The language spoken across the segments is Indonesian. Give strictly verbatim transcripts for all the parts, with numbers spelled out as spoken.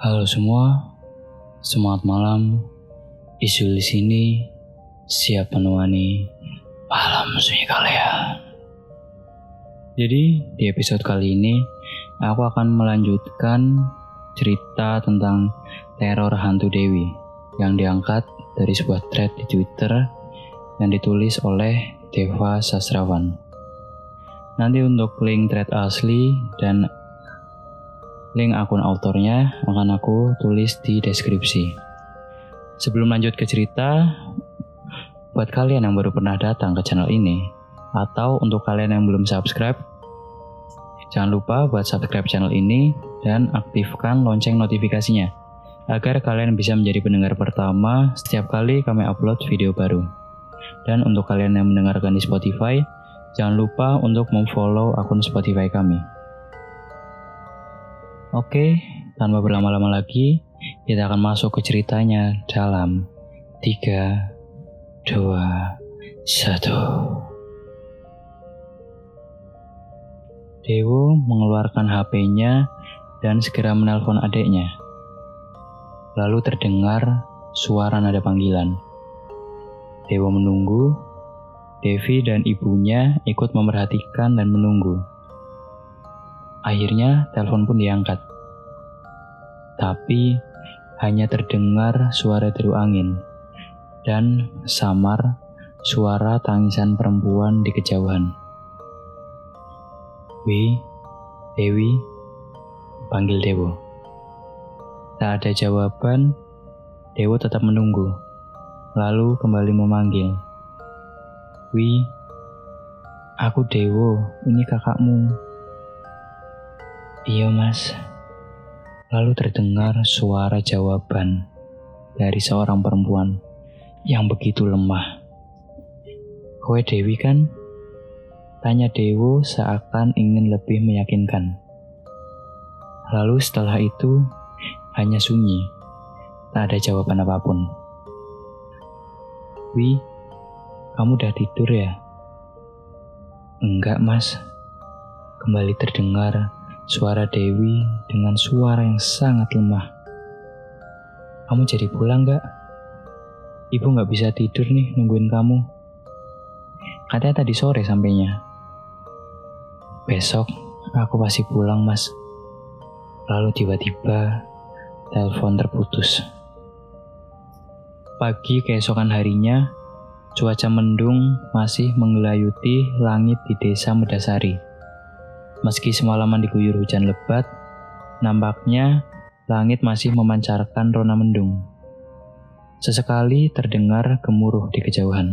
Halo semua, semangat malam. Isul di sini siap menemani malam sunyi kalian. Jadi di episode kali ini aku akan melanjutkan cerita tentang teror hantu Dewi yang diangkat dari sebuah thread di Twitter yang ditulis oleh Deva Sastrawan. Nanti untuk link thread asli dan link akun autornya akan aku tulis di deskripsi. Sebelum lanjut ke cerita, buat kalian yang baru pernah datang ke channel ini, atau untuk kalian yang belum subscribe, jangan lupa buat subscribe channel ini dan aktifkan lonceng notifikasinya, agar kalian bisa menjadi pendengar pertama setiap kali kami upload video baru. Dan untuk kalian yang mendengarkan di Spotify, jangan lupa untuk memfollow akun Spotify kami. Oke, tanpa berlama-lama lagi, kita akan masuk ke ceritanya dalam tiga, dua, satu. Dewo mengeluarkan H P-nya dan segera menelpon adiknya. Lalu terdengar suara nada panggilan. Dewo menunggu, Devi dan ibunya ikut memerhatikan dan menunggu. Akhirnya telepon pun diangkat. Tapi hanya terdengar suara deru angin dan samar suara tangisan perempuan di kejauhan. Wi, Dewi, panggil Dewo. Tak ada jawaban, Dewo tetap menunggu, lalu kembali memanggil. Wi, aku Dewo, ini kakakmu. Iya mas. Lalu terdengar suara jawaban dari seorang perempuan yang begitu lemah. Kowe Dewi kan? Tanya Dewo seakan ingin lebih meyakinkan. Lalu setelah itu hanya sunyi, tak ada jawaban apapun. Wi, kamu udah tidur ya? Enggak mas. Kembali terdengar suara Dewi dengan suara yang sangat lemah. Kamu jadi pulang gak? Ibu gak bisa tidur nih nungguin kamu. Katanya tadi sore sampainya. Besok aku pasti pulang mas. Lalu tiba-tiba telepon terputus. Pagi keesokan harinya, cuaca mendung masih menggelayuti langit di desa Medasari. Meski semalaman diguyur hujan lebat, nampaknya langit masih memancarkan rona mendung. Sesekali terdengar gemuruh di kejauhan.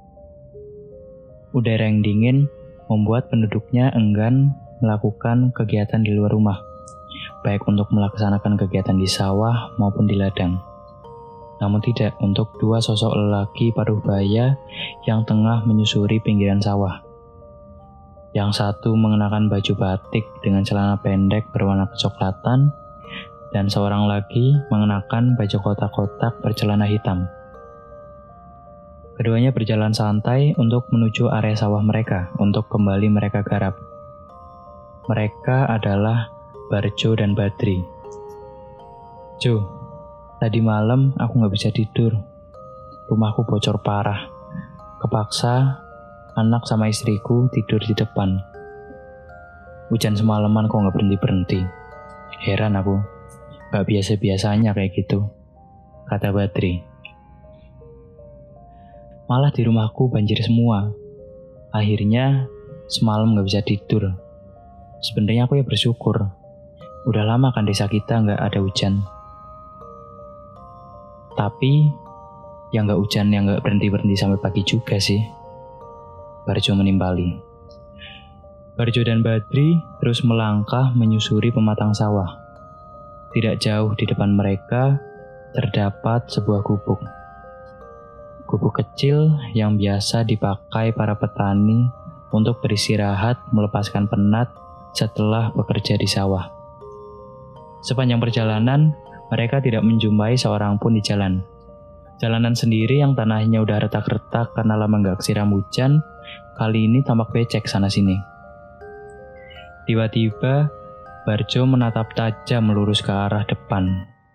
Udara yang dingin membuat penduduknya enggan melakukan kegiatan di luar rumah, baik untuk melaksanakan kegiatan di sawah maupun di ladang. Namun tidak untuk dua sosok lelaki paruh baya yang tengah menyusuri pinggiran sawah. Yang satu mengenakan baju batik dengan celana pendek berwarna kecoklatan, dan seorang lagi mengenakan baju kotak-kotak bercelana hitam. Keduanya berjalan santai untuk menuju area sawah mereka untuk kembali mereka garap. Mereka adalah Barjo dan Badri. Jo, tadi malam aku gak bisa tidur. Rumahku bocor parah. Kepaksa anak sama istriku tidur di depan. Hujan semalaman kok gak berhenti-berhenti. Heran aku, gak biasa-biasanya kayak gitu, kata Badri. Malah di rumahku banjir semua. Akhirnya semalam gak bisa tidur. Sebenarnya aku ya bersyukur. Udah lama kan desa kita gak ada hujan. Tapi yang gak hujan yang gak berhenti-berhenti sampai pagi juga sih, Barjo menimpali. Barjo dan Badri terus melangkah menyusuri pematang sawah. Tidak jauh di depan mereka terdapat sebuah gubuk. Gubuk kecil yang biasa dipakai para petani untuk beristirahat melepaskan penat setelah bekerja di sawah. Sepanjang perjalanan, mereka tidak menjumpai seorang pun di jalan. Jalanan sendiri yang tanahnya udah retak-retak karena lama gak kesiram hujan, kali ini tampak becek sana-sini. Tiba-tiba, Barjo menatap tajam melurus ke arah depan,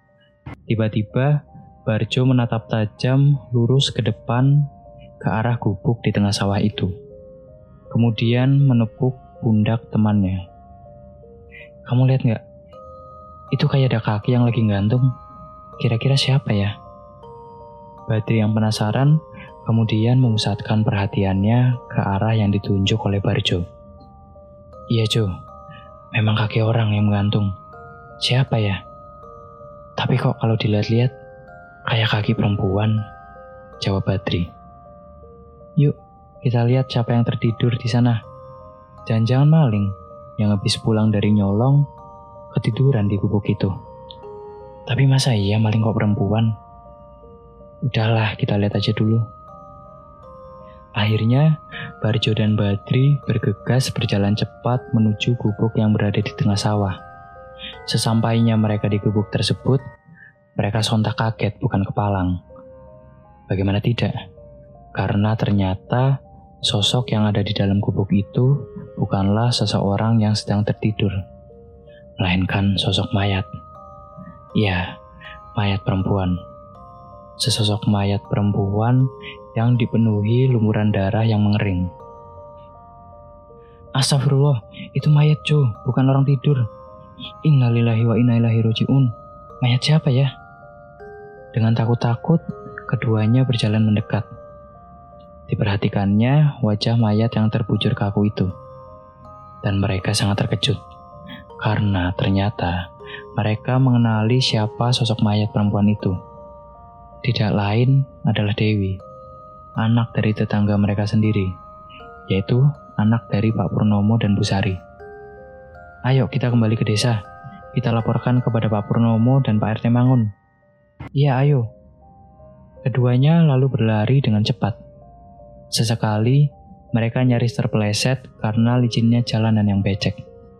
Tiba-tiba, Barjo menatap tajam lurus ke depan ke arah gubuk di tengah sawah itu. Kemudian menepuk pundak temannya. Kamu lihat nggak? Itu kayak ada kaki yang lagi gantung. Kira-kira siapa ya? Badri yang penasaran kemudian memusatkan perhatiannya ke arah yang ditunjuk oleh Barjo. Iya Jo, memang kaki orang yang menggantung. Siapa ya? Tapi kok kalau dilihat-lihat kayak kaki perempuan, jawab Badri. Yuk, kita lihat siapa yang tertidur di sana. Jangan-jangan maling yang habis pulang dari nyolong ketiduran di gubuk itu. Tapi masa iya maling kok perempuan? Udahlah, kita lihat aja dulu. Akhirnya, Barjo dan Badri bergegas berjalan cepat menuju gubuk yang berada di tengah sawah. Sesampainya mereka di gubuk tersebut, mereka sontak kaget bukan kepalang. Bagaimana tidak? Karena ternyata sosok yang ada di dalam gubuk itu bukanlah seseorang yang sedang tertidur, melainkan sosok mayat. Ya, mayat perempuan. Sesosok mayat perempuan yang dipenuhi lumuran darah yang mengering. Astagfirullah, itu mayat Jo, bukan orang tidur. Innalillahi wa inna ilaihi raji'un. Mayat siapa ya? Dengan takut-takut, keduanya berjalan mendekat. Diperhatikannya wajah mayat yang terbujur kaku itu. Dan mereka sangat terkejut. Karena ternyata mereka mengenali siapa sosok mayat perempuan itu. Tidak lain adalah Dewi, anak dari tetangga mereka sendiri, yaitu anak dari Pak Purnomo dan Bu Sari. Ayo kita kembali ke desa, kita laporkan kepada Pak Purnomo dan Pak R T Mangun. Iya ayo. Keduanya lalu berlari dengan cepat. Sesekali mereka nyaris terpeleset karena licinnya jalanan yang becek.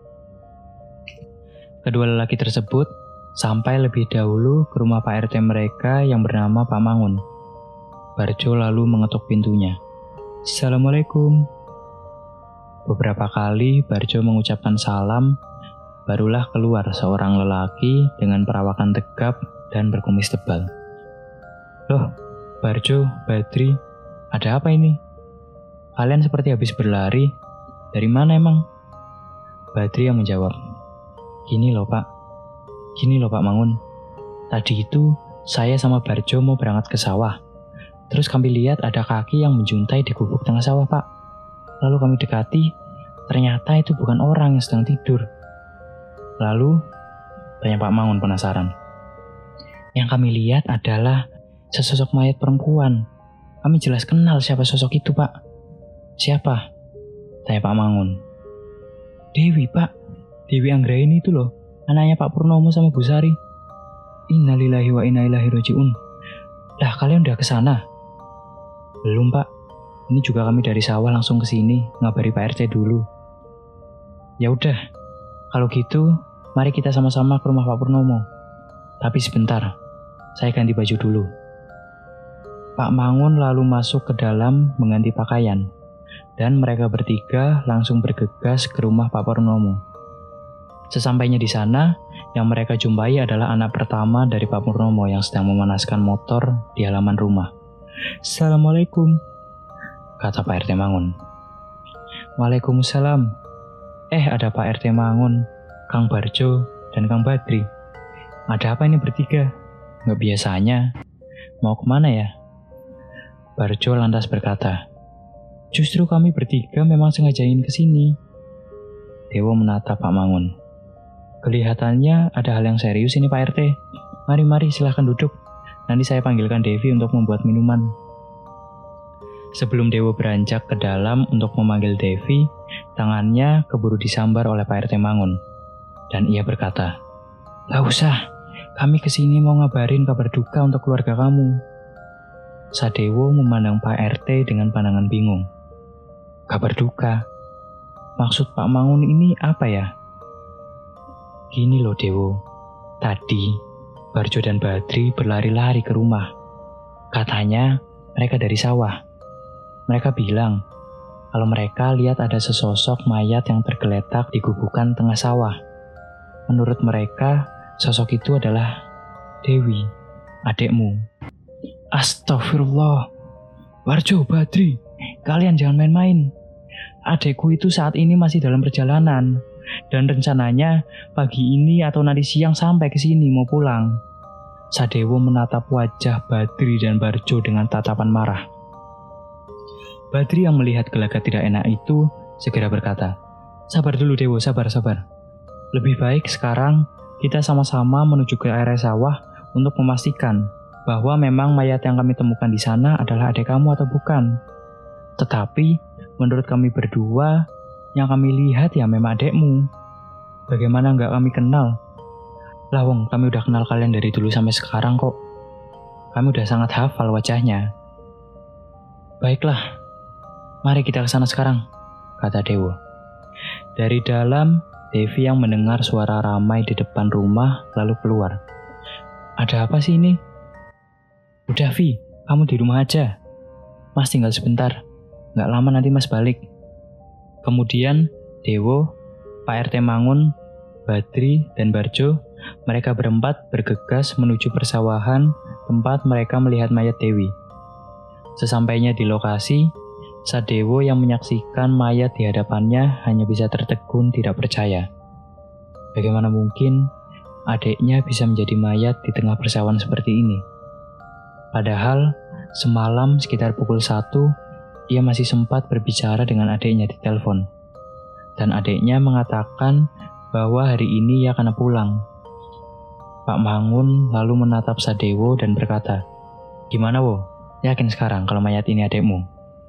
Kedua lelaki tersebut sampai lebih dahulu ke rumah Pak R T mereka yang bernama Pak Mangun. Barjo lalu mengetuk pintunya. Assalamualaikum. Beberapa kali Barjo mengucapkan salam, barulah keluar seorang lelaki dengan perawakan tegap dan berkumis tebal. Loh, Barjo, Badri, ada apa ini? Kalian seperti habis berlari. Dari mana emang? Badri yang menjawab. Gini loh Pak, gini loh Pak Mangun. Tadi itu saya sama Barjo mau berangkat ke sawah. Terus kami lihat ada kaki yang menjuntai di gubuk tengah sawah Pak. Lalu kami dekati, ternyata itu bukan orang yang sedang tidur. Lalu, tanya Pak Mangun penasaran. Yang kami lihat adalah sesosok mayat perempuan. Kami jelas kenal siapa sosok itu Pak. Siapa? Tanya Pak Mangun. Dewi Pak. Dewi Anggraini itu loh, anaknya Pak Purnomo sama Bu Sari. Innalillahi wa inna ilaihi raji'un. Lah kalian udah kesana? Belum Pak. Ini juga kami dari sawah langsung ke sini ngabari Pak R T dulu. Ya udah, kalau gitu mari kita sama-sama ke rumah Pak Purnomo. Tapi sebentar, saya ganti baju dulu. Pak Mangun lalu masuk ke dalam mengganti pakaian, dan mereka bertiga langsung bergegas ke rumah Pak Purnomo. Sesampainya di sana, yang mereka jumpai adalah anak pertama dari Pak Purnomo yang sedang memanaskan motor di halaman rumah. Assalamualaikum, kata Pak R T Mangun. Waalaikumsalam. Eh, ada Pak R T Mangun, Kang Barjo, dan Kang Badri. Ada apa ini bertiga? Nggak biasanya. Mau kemana ya? Barjo lantas berkata, justru kami bertiga memang sengaja ingin kesini. Dewo menatap Pak Mangun. Kelihatannya ada hal yang serius ini Pak R T. Mari-mari silahkan duduk. Nanti saya panggilkan Devi untuk membuat minuman. Sebelum Dewo beranjak ke dalam untuk memanggil Devi, tangannya keburu disambar oleh Pak R T Mangun. Dan ia berkata, gak usah, kami kesini mau ngabarin kabar duka untuk keluarga kamu. Sadewo memandang Pak R T dengan pandangan bingung. Kabar duka? Maksud Pak Mangun ini apa ya? Gini loh Dewo, tadi Barjo dan Badri berlari-lari ke rumah. Katanya mereka dari sawah. Mereka bilang kalau mereka lihat ada sesosok mayat yang tergeletak di gubukan tengah sawah. Menurut mereka, sosok itu adalah Dewi, adekmu. Astagfirullah. Warjo, Badri, kalian jangan main-main. Adekku itu saat ini masih dalam perjalanan. Dan rencananya pagi ini atau nanti siang sampai ke sini mau pulang. Sadewo menatap wajah Badri dan Barjo dengan tatapan marah. Badri yang melihat gelagat tidak enak itu segera berkata, "Sabar dulu Dewo, sabar, sabar. Lebih baik sekarang kita sama-sama menuju ke area sawah untuk memastikan bahwa memang mayat yang kami temukan di sana adalah adik kamu atau bukan. Tetapi menurut kami berdua, yang kami lihat ya memang adekmu. Bagaimana nggak kami kenal? Lah wong, kami udah kenal kalian dari dulu sampai sekarang kok. Kami udah sangat hafal wajahnya." "Baiklah, mari kita ke sana sekarang," kata Dewo. Dari dalam, Devi yang mendengar suara ramai di depan rumah lalu keluar. "Ada apa sih ini?" "Udah Vi, kamu di rumah aja. Mas tinggal sebentar, nggak lama nanti mas balik." Kemudian Dewo, Pak R T Mangun, Badri, dan Barjo, mereka berempat bergegas menuju persawahan tempat mereka melihat mayat Dewi. Sesampainya di lokasi, Sadewo yang menyaksikan mayat di hadapannya hanya bisa tertegun tidak percaya. Bagaimana mungkin adiknya bisa menjadi mayat di tengah persawahan seperti ini? Padahal semalam sekitar pukul satu, ia masih sempat berbicara dengan adiknya di telepon. Dan adiknya mengatakan bahwa hari ini ia akan pulang. Pak Mangun lalu menatap Sadewo dan berkata, "Gimana wo? Yakin sekarang kalau mayat ini adikmu?"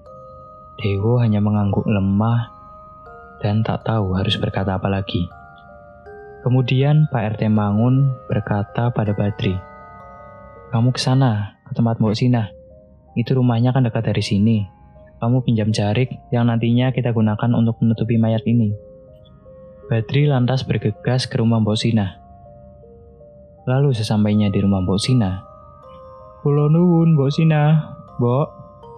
Dewo hanya mengangguk lemah dan tak tahu harus berkata apa lagi. Kemudian Pak R T Mangun berkata pada Badri, "Kamu ke sana, ke tempat Mbok Sinah. Itu rumahnya kan dekat dari sini. Kamu pinjam jarik yang nantinya kita gunakan untuk menutupi mayat ini." Badri lantas bergegas ke rumah Mbok Sinah. Lalu sesampainya di rumah Mbok Sinah, "Kula nuwun Mbok Sinah, Mbok."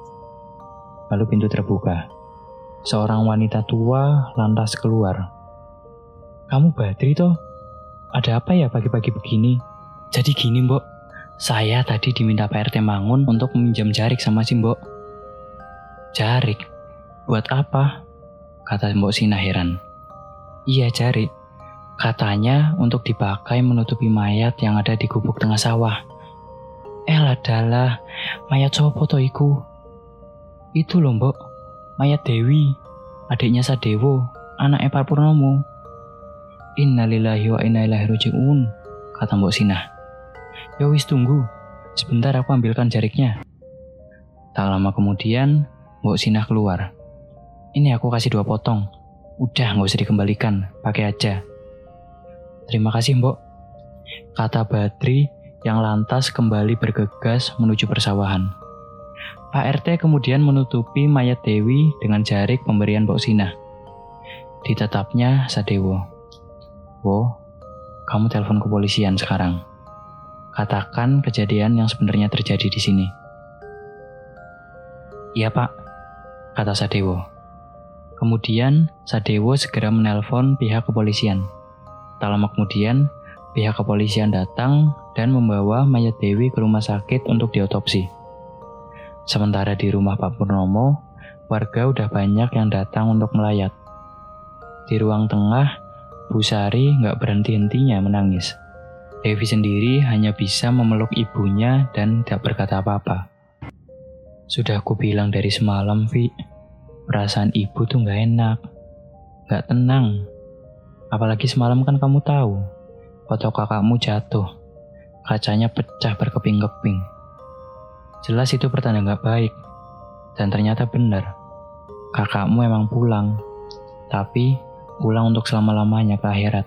Lalu pintu terbuka. Seorang wanita tua lantas keluar. "Kamu Badri toh? Ada apa ya pagi-pagi begini?" "Jadi gini Mbok, saya tadi diminta Pak R T Mangun untuk meminjam jarik sama si Mbok." "Jarik? Buat apa?" kata Mbok Sinah heran. "Iya jarik. Katanya untuk dipakai menutupi mayat yang ada di gubuk tengah sawah." "Elah dalah, mayat sopo to iku?" "Itu loh Mbok, mayat Dewi, adiknya Sadewo, anaknya Pak Purnomo." "Innalillahi wa inna ilaihi raji'un," kata Mbok Sinah. "Ya wis tunggu, sebentar aku ambilkan jariknya." Tak lama kemudian, Mbok Sinah keluar. "Ini aku kasih dua potong, udah nggak usah dikembalikan, pakai aja." "Terima kasih Mbok," kata Badri yang lantas kembali bergegas menuju persawahan. Pak R T kemudian menutupi mayat Dewi dengan jarik pemberian Mbok Sinah. Ditetapnya Sadewo. "Wo, kamu telepon kepolisian sekarang. Katakan kejadian yang sebenarnya terjadi di sini." "Iya Pak," kata Sadewo. Kemudian Sadewo segera menelpon pihak kepolisian. Tak lama kemudian, pihak kepolisian datang dan membawa mayat Dewi ke rumah sakit untuk diotopsi. Sementara di rumah Pak Purnomo, warga udah banyak yang datang untuk melayat. Di ruang tengah, Bu Sari nggak berhenti-hentinya menangis. Devi sendiri hanya bisa memeluk ibunya dan tidak berkata apa-apa. "Sudah aku bilang dari semalam, Vi, perasaan ibu tuh nggak enak, nggak tenang. Apalagi semalam kan kamu tahu, foto kakakmu jatuh, kacanya pecah berkeping-keping. Jelas itu pertanda nggak baik. Dan ternyata benar, kakakmu emang pulang, tapi pulang untuk selama-lamanya ke akhirat."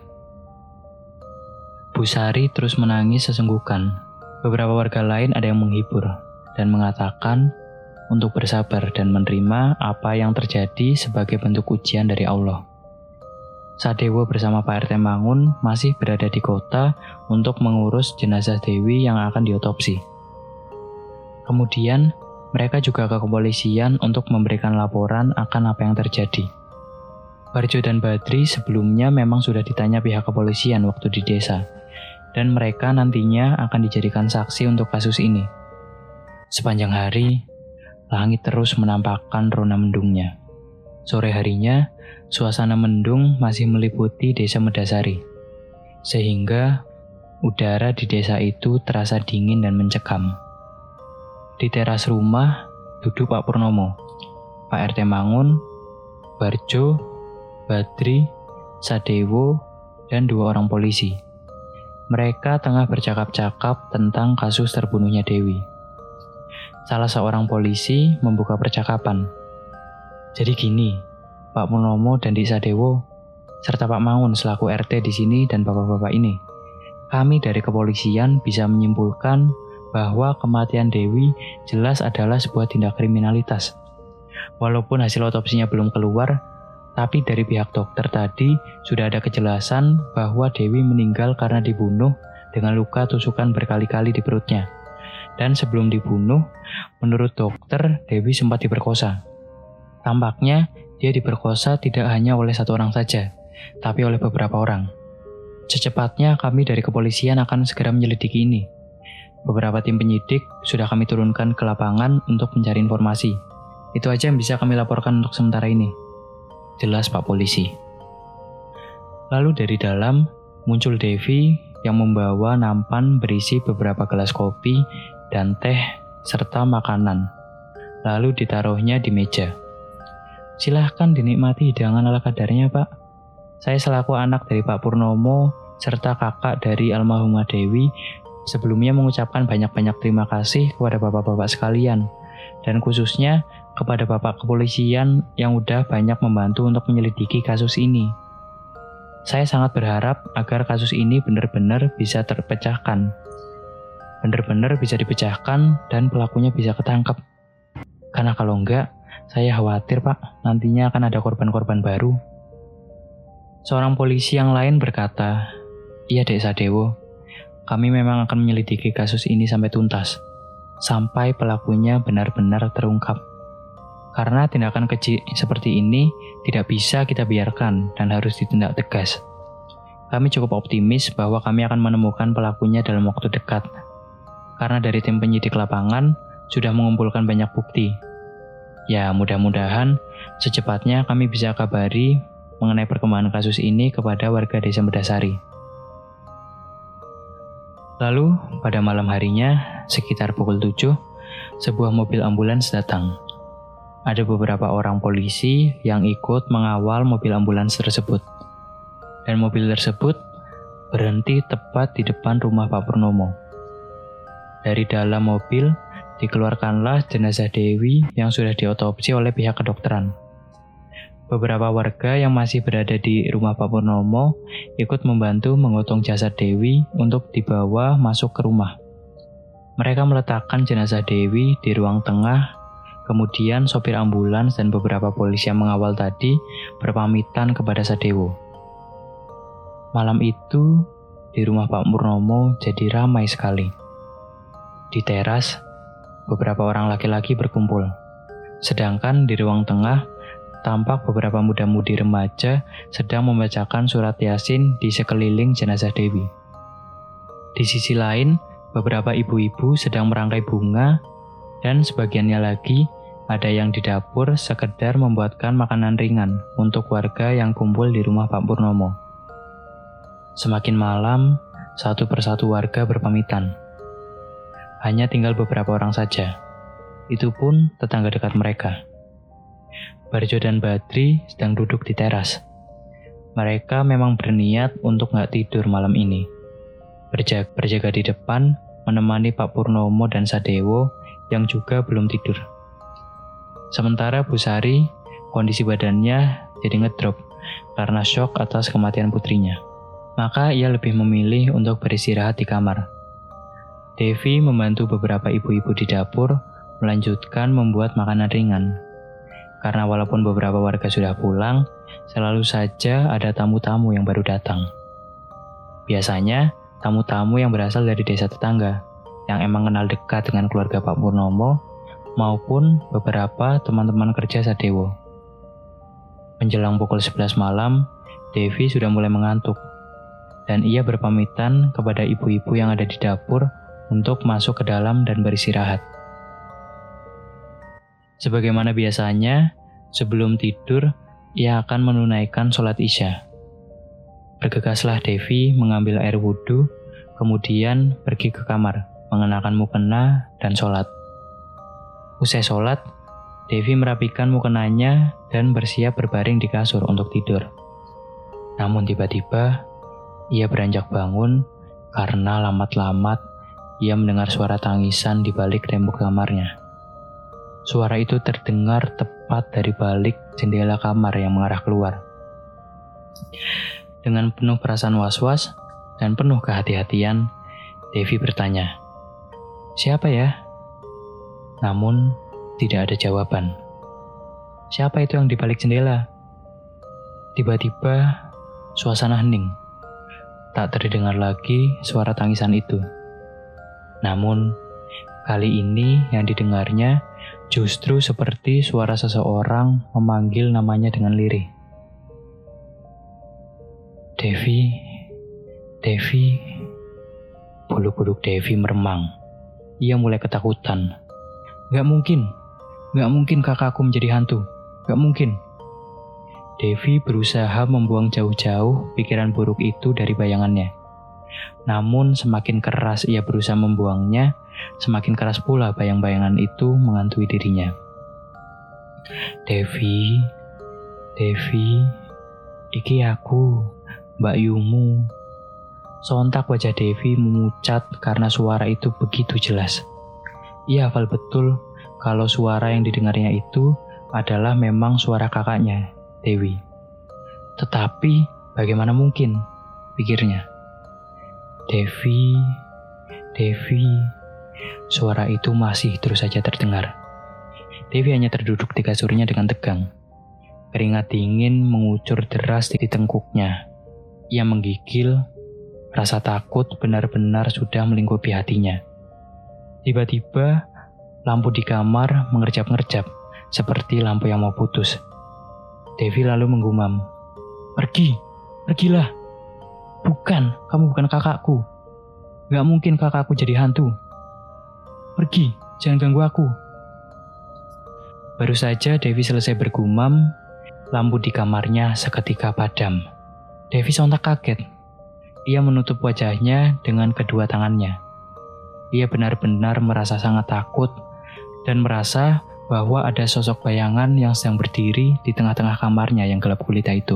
Bu Sari terus menangis sesenggukan. Beberapa warga lain ada yang menghibur dan mengatakan untuk bersabar dan menerima apa yang terjadi sebagai bentuk ujian dari Allah. Sadewo bersama Pak R T Mangun masih berada di kota untuk mengurus jenazah Dewi yang akan diotopsi. Kemudian, mereka juga ke kepolisian untuk memberikan laporan akan apa yang terjadi. Barjo dan Badri sebelumnya memang sudah ditanya pihak kepolisian waktu di desa. dan mereka nantinya akan dijadikan saksi untuk kasus ini. Sepanjang hari, langit terus menampakkan rona mendungnya. Sore harinya, suasana mendung masih meliputi desa Medasari, sehingga udara di desa itu terasa dingin dan mencekam. Di teras rumah, duduk Pak Purnomo, Pak R T Mangun, Barjo, Badri, Sadewo, dan dua orang polisi. Mereka tengah bercakap-cakap tentang kasus terbunuhnya Dewi. Salah seorang polisi membuka percakapan. Jadi gini, Pak Purnomo dan Dik Sadewo, serta Pak Mangun selaku R T di sini dan bapak-bapak ini, kami dari kepolisian bisa menyimpulkan bahwa kematian Dewi jelas adalah sebuah tindak kriminalitas. Walaupun hasil otopsinya belum keluar, tapi dari pihak dokter tadi sudah ada kejelasan bahwa Dewi meninggal karena dibunuh dengan luka tusukan berkali-kali di perutnya. Dan sebelum dibunuh, menurut dokter, Dewi sempat diperkosa. Tampaknya dia diperkosa tidak hanya oleh satu orang saja, tapi oleh beberapa orang. Secepatnya kami dari kepolisian akan segera menyelidiki ini. Beberapa tim penyidik sudah kami turunkan ke lapangan untuk mencari informasi. Itu aja yang bisa kami laporkan untuk sementara ini. Jelas Pak Polisi. Lalu dari dalam muncul Devi yang membawa nampan berisi beberapa gelas kopi dan teh serta makanan. Lalu ditaruhnya di meja. Silahkan dinikmati hidangan ala kadarnya Pak. Saya selaku anak dari Pak Purnomo serta kakak dari almarhumah Dewi sebelumnya mengucapkan banyak-banyak terima kasih kepada bapak-bapak sekalian. Dan khususnya kepada Bapak Kepolisian yang udah banyak membantu untuk menyelidiki kasus ini. Saya sangat berharap agar kasus ini benar-benar bisa terpecahkan. Benar-benar bisa dipecahkan dan pelakunya bisa ketangkap. Karena kalau enggak, saya khawatir Pak, nantinya akan ada korban-korban baru. Seorang polisi yang lain berkata, "Iya Dek Sadewo, kami memang akan menyelidiki kasus ini sampai tuntas. Sampai pelakunya benar-benar terungkap. Karena tindakan keji seperti ini tidak bisa kita biarkan dan harus ditindak tegas. Kami cukup optimis bahwa kami akan menemukan pelakunya dalam waktu dekat. Karena dari tim penyidik lapangan sudah mengumpulkan banyak bukti. Ya, mudah-mudahan secepatnya kami bisa kabari mengenai perkembangan kasus ini kepada warga desa Medasari." Lalu, pada malam harinya, sekitar pukul tujuh, sebuah mobil ambulans datang. Ada beberapa orang polisi yang ikut mengawal mobil ambulans tersebut. Dan mobil tersebut berhenti tepat di depan rumah Pak Purnomo. Dari dalam mobil, dikeluarkanlah jenazah Dewi yang sudah diotopsi oleh pihak kedokteran. Beberapa warga yang masih berada di rumah Pak Purnomo ikut membantu mengotong jasad Dewi untuk dibawa masuk ke rumah. Mereka meletakkan jenazah Dewi di ruang tengah, kemudian sopir ambulans dan beberapa polisi yang mengawal tadi berpamitan kepada Sadewo. Malam itu, di rumah Pak Purnomo jadi ramai sekali. Di teras, beberapa orang laki-laki berkumpul. Sedangkan di ruang tengah, tampak beberapa muda-mudi remaja sedang membacakan surat Yasin di sekeliling jenazah Dewi. Di sisi lain, beberapa ibu-ibu sedang merangkai bunga, dan sebagiannya lagi ada yang di dapur sekedar membuatkan makanan ringan untuk warga yang kumpul di rumah Pak Purnomo. Semakin malam, satu persatu warga berpamitan. Hanya tinggal beberapa orang saja. Itu pun tetangga dekat mereka. Barjo dan Badri sedang duduk di teras. Mereka memang berniat untuk nggak tidur malam ini. Berjaga, berjaga di depan, menemani Pak Purnomo dan Sadewo yang juga belum tidur. Sementara Bu Sari, kondisi badannya jadi ngedrop karena shock atas kematian putrinya. Maka ia lebih memilih untuk beristirahat di kamar. Devi membantu beberapa ibu-ibu di dapur melanjutkan membuat makanan ringan. Karena walaupun beberapa warga sudah pulang, selalu saja ada tamu-tamu yang baru datang. Biasanya, tamu-tamu yang berasal dari desa tetangga, yang emang kenal dekat dengan keluarga Pak Purnomo, maupun beberapa teman-teman kerja Sadewo. Menjelang pukul sebelas malam, Devi sudah mulai mengantuk. dan ia berpamitan kepada ibu-ibu yang ada di dapur untuk masuk ke dalam dan beristirahat. Sebagaimana biasanya, sebelum tidur, ia akan menunaikan sholat isya. Bergegaslah Devi mengambil air wudhu, kemudian pergi ke kamar, mengenakan mukena dan sholat. Usai sholat, Devi merapikan mukenanya dan bersiap berbaring di kasur untuk tidur. Namun tiba-tiba, ia beranjak bangun karena lamat-lamat ia mendengar suara tangisan di balik tembok kamarnya. Suara itu terdengar tepat dari balik jendela kamar yang mengarah keluar. Dengan penuh perasaan was-was dan penuh kehati-hatian, Devi bertanya, "Siapa ya?" Namun, tidak ada jawaban. Siapa itu yang di balik jendela? Tiba-tiba, suasana hening. Tak terdengar lagi suara tangisan itu. Namun, kali ini yang didengarnya justru seperti suara seseorang memanggil namanya dengan lirih. Devi, Devi. Bulu kuduk Devi meremang. Ia mulai ketakutan. Gak mungkin, gak mungkin kakakku menjadi hantu. Gak mungkin. Devi berusaha membuang jauh-jauh pikiran buruk itu dari bayangannya. Namun semakin keras ia berusaha membuangnya, semakin keras pula bayang-bayangan itu menghantui dirinya. Devi, Devi, iki aku, Mbak Yumu. Sontak wajah Devi memucat karena suara itu begitu jelas. Ia hafal betul kalau suara yang didengarnya itu adalah memang suara kakaknya, Dewi. Tetapi bagaimana mungkin, pikirnya. Devi, Devi, suara itu masih terus saja terdengar. Devi hanya terduduk di kasurnya dengan tegang. Keringat dingin mengucur deras di tengkuknya. Ia menggigil, rasa takut benar-benar sudah melingkupi hatinya. Tiba-tiba, lampu di kamar mengerjap-ngerjap, seperti lampu yang mau putus. Devi lalu menggumam, "Pergi, pergilah. Bukan, kamu bukan kakakku. Gak mungkin kakakku jadi hantu. Pergi, jangan ganggu aku." Baru saja Devi selesai bergumam, lampu di kamarnya seketika padam. Devi sontak kaget. Ia menutup wajahnya dengan kedua tangannya. Ia benar-benar merasa sangat takut dan merasa bahwa ada sosok bayangan yang sedang berdiri di tengah-tengah kamarnya yang gelap gulita itu.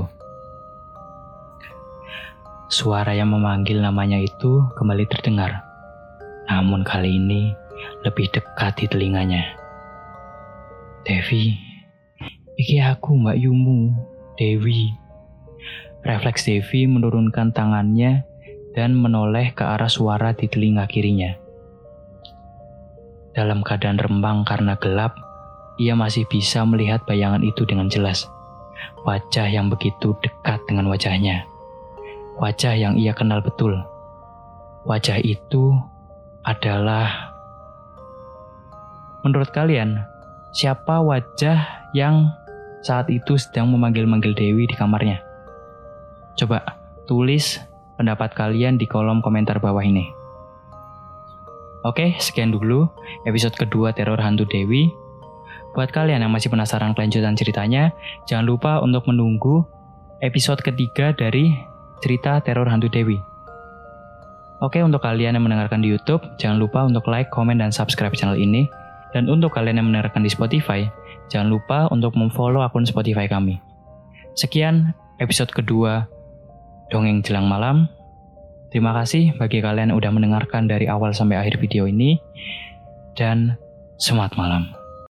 Suara yang memanggil namanya itu kembali terdengar. Namun kali ini lebih dekat di telinganya. Devi, iki aku Mbak Yumu, Dewi. Refleks Devi menurunkan tangannya dan menoleh ke arah suara di telinga kirinya. Dalam keadaan rembang karena gelap, ia masih bisa melihat bayangan itu dengan jelas. Wajah yang begitu dekat dengan wajahnya. Wajah yang ia kenal betul. Wajah itu adalah... Menurut kalian, siapa wajah yang saat itu sedang memanggil-manggil Dewi di kamarnya? Coba tulis pendapat kalian di kolom komentar bawah ini. Oke, sekian dulu episode kedua Teror Hantu Dewi. Buat kalian yang masih penasaran kelanjutan ceritanya, jangan lupa untuk menunggu episode ketiga dari cerita Teror Hantu Dewi. Oke, untuk kalian yang mendengarkan di YouTube, jangan lupa untuk like, komen, dan subscribe channel ini. Dan untuk kalian yang mendengarkan di Spotify, jangan lupa untuk memfollow akun Spotify kami. Sekian episode kedua Dongeng Jelang Malam. Terima kasih bagi kalian yang udah mendengarkan dari awal sampai akhir video ini. Dan selamat malam.